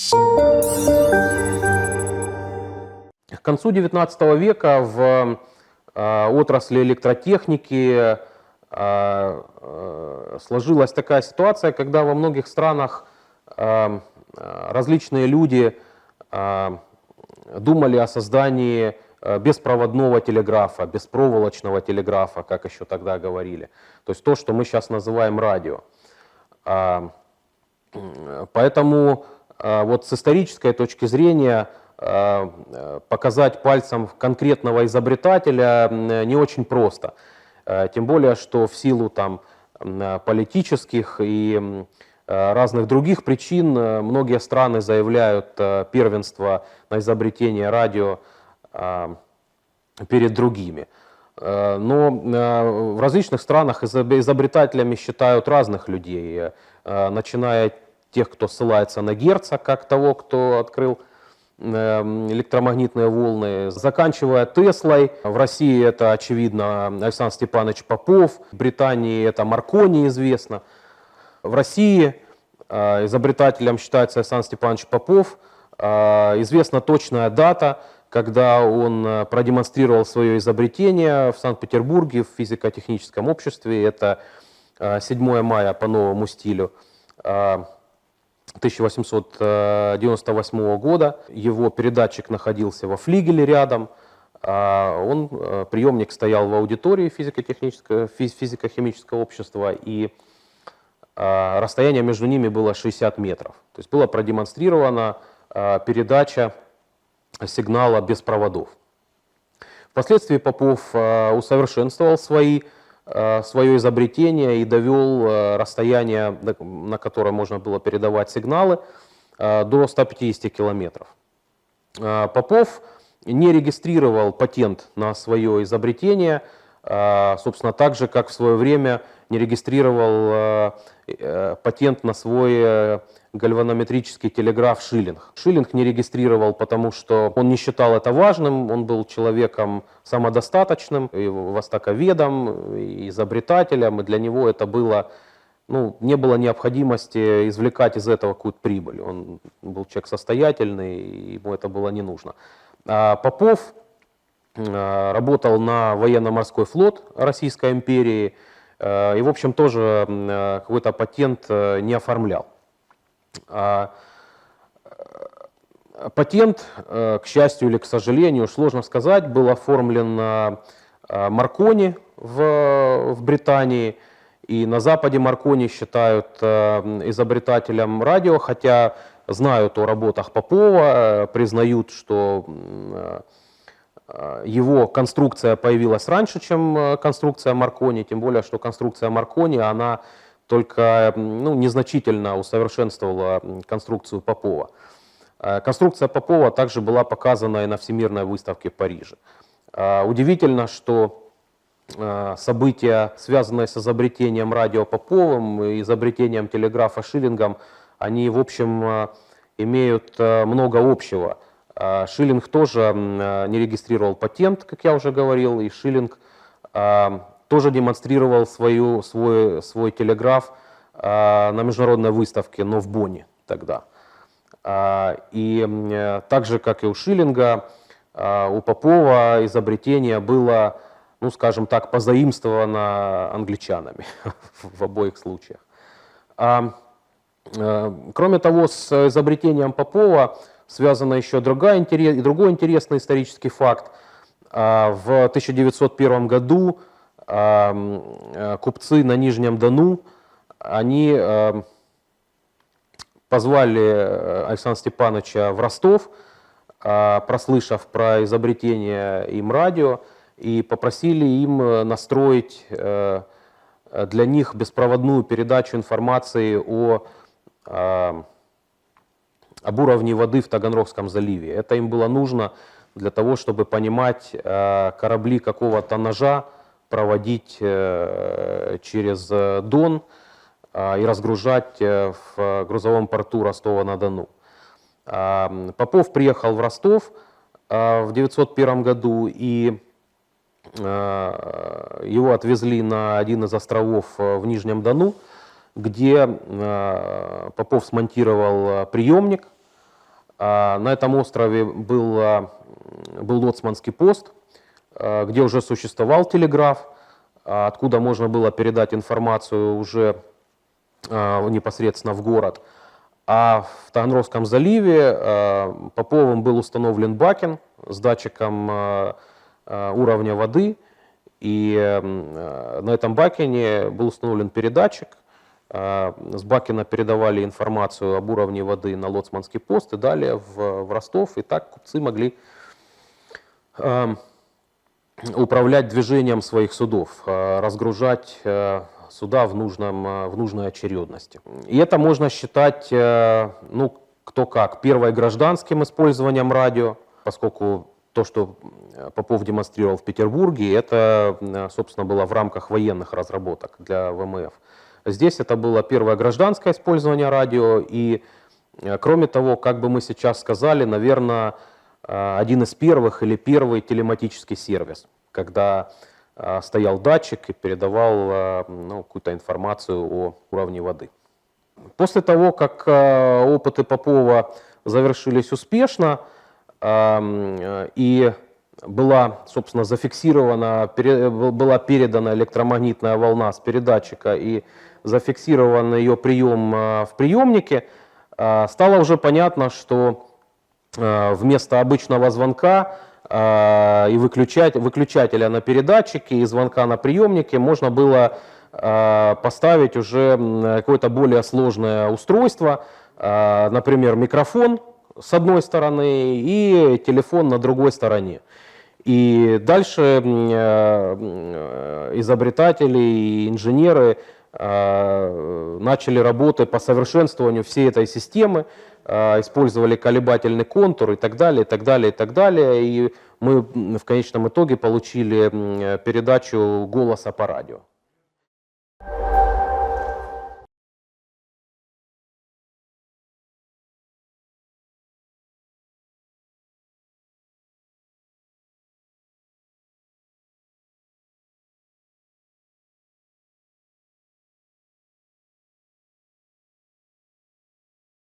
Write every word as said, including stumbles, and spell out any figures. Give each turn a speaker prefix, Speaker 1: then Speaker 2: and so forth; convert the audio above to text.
Speaker 1: К концу девятнадцатого века в э, отрасли электротехники э, э, сложилась такая ситуация, когда во многих странах э, различные люди э, думали о создании беспроводного телеграфа, беспроволочного телеграфа, как еще тогда говорили. То есть то, что мы сейчас называем радио. Э, поэтому э, вот с исторической точки зрения показать пальцем конкретного изобретателя не очень просто. Тем более, что в силу там, политических и разных других причин многие страны заявляют первенство на изобретение радио перед другими. Но в различных странах изобретателями считают разных людей, начиная тех, кто ссылается на Герца, как того, кто открыл электромагнитные волны, заканчивая Теслой. В России это, очевидно, Александр Степанович Попов, в Британии это Маркони известно. В России изобретателем считается Александр Степанович Попов. Известна точная дата, когда он продемонстрировал свое изобретение в Санкт-Петербурге в физико-техническом обществе. Это седьмое мая по новому стилю тысяча восемьсот девяносто восьмого года. Его передатчик находился во флигеле рядом. Он, приемник стоял в аудитории физико-технического, физико-химического общества, и расстояние между ними было шестьдесят метров. То есть была продемонстрирована передача сигнала без проводов. Впоследствии Попов усовершенствовал свои свое изобретение и довел расстояние, на которое можно было передавать сигналы, до ста пятидесяти километров. Попов не регистрировал патент на свое изобретение, собственно, так же, как в свое время не регистрировал патент на свой гальванометрический телеграф Шиллинг. Шиллинг не регистрировал, потому что он не считал это важным, он был человеком самодостаточным, и востоковедом, и изобретателем, и для него это было, ну, не было необходимости извлекать из этого какую-то прибыль. Он был человек состоятельный, и ему это было не нужно. А Попов работал на военно-морской флот Российской империи, и, в общем, тоже какой-то патент не оформлял. Патент, к счастью или к сожалению, сложно сказать, был оформлен Маркони в, в Британии, и на Западе Маркони считают изобретателем радио, хотя знают о работах Попова, признают, что его конструкция появилась раньше, чем конструкция Маркони, тем более, что конструкция Маркони, она только ну, незначительно усовершенствовала конструкцию Попова. Конструкция Попова также была показана и на Всемирной выставке в Париже. Удивительно, что события, связанные с изобретением радио Поповым и изобретением телеграфа Шиллингом, они, в общем, имеют много общего. Шиллинг тоже не регистрировал патент, как я уже говорил, и Шиллинг тоже демонстрировал свою, свой, свой телеграф на международной выставке, но в Бонне тогда. И так же, как и у Шиллинга, у Попова изобретение было, ну, скажем так, позаимствовано англичанами в обоих случаях. Кроме того, с изобретением Попова связан еще другой, другой интересный исторический факт. В тысяча девятьсот первом году купцы на Нижнем Дону, они позвали Александра Степановича в Ростов, прослышав про изобретение им радио, и попросили им настроить для них беспроводную передачу информации о, об уровне воды в Таганрогском заливе. Это им было нужно для того, чтобы понимать корабли какого тоннажа проводить через Дон и разгружать в грузовом порту Ростова-на-Дону. Попов приехал в Ростов в девятьсот первом году, и его отвезли на один из островов в Нижнем Дону, где Попов смонтировал приемник На этом острове был, был лоцманский пост, где уже существовал телеграф, откуда можно было передать информацию уже непосредственно в город. А в Таганрогском заливе Поповым был установлен бакен с датчиком уровня воды, и на этом бакене был установлен передатчик. С бакена передавали информацию об уровне воды на лоцманский пост и далее в, в Ростов. И так купцы могли э, управлять движением своих судов, э, разгружать э, суда в, нужном, э, в нужной очередности. И это можно считать, э, ну, кто как, первой гражданским использованием радио, поскольку то, что Попов демонстрировал в Петербурге, это, собственно, было в рамках военных разработок для ВМФ. Здесь это было первое гражданское использование радио, и, кроме того, как бы мы сейчас сказали, наверное, один из первых или первый телематический сервис, когда стоял датчик и передавал, ну, какую-то информацию о уровне воды. После того, как опыты Попова завершились успешно, и была, собственно, зафиксирована, была передана электромагнитная волна с передатчика и зафиксирован ее прием в приемнике, стало уже понятно, что вместо обычного звонка и выключателя на передатчике и звонка на приемнике можно было поставить уже какое-то более сложное устройство, например, микрофон с одной стороны и телефон на другой стороне. И дальше изобретатели и инженеры начали работы по совершенствованию всей этой системы, использовали колебательный контур и так далее, и так далее, и так далее. И мы в конечном итоге получили передачу голоса по радио.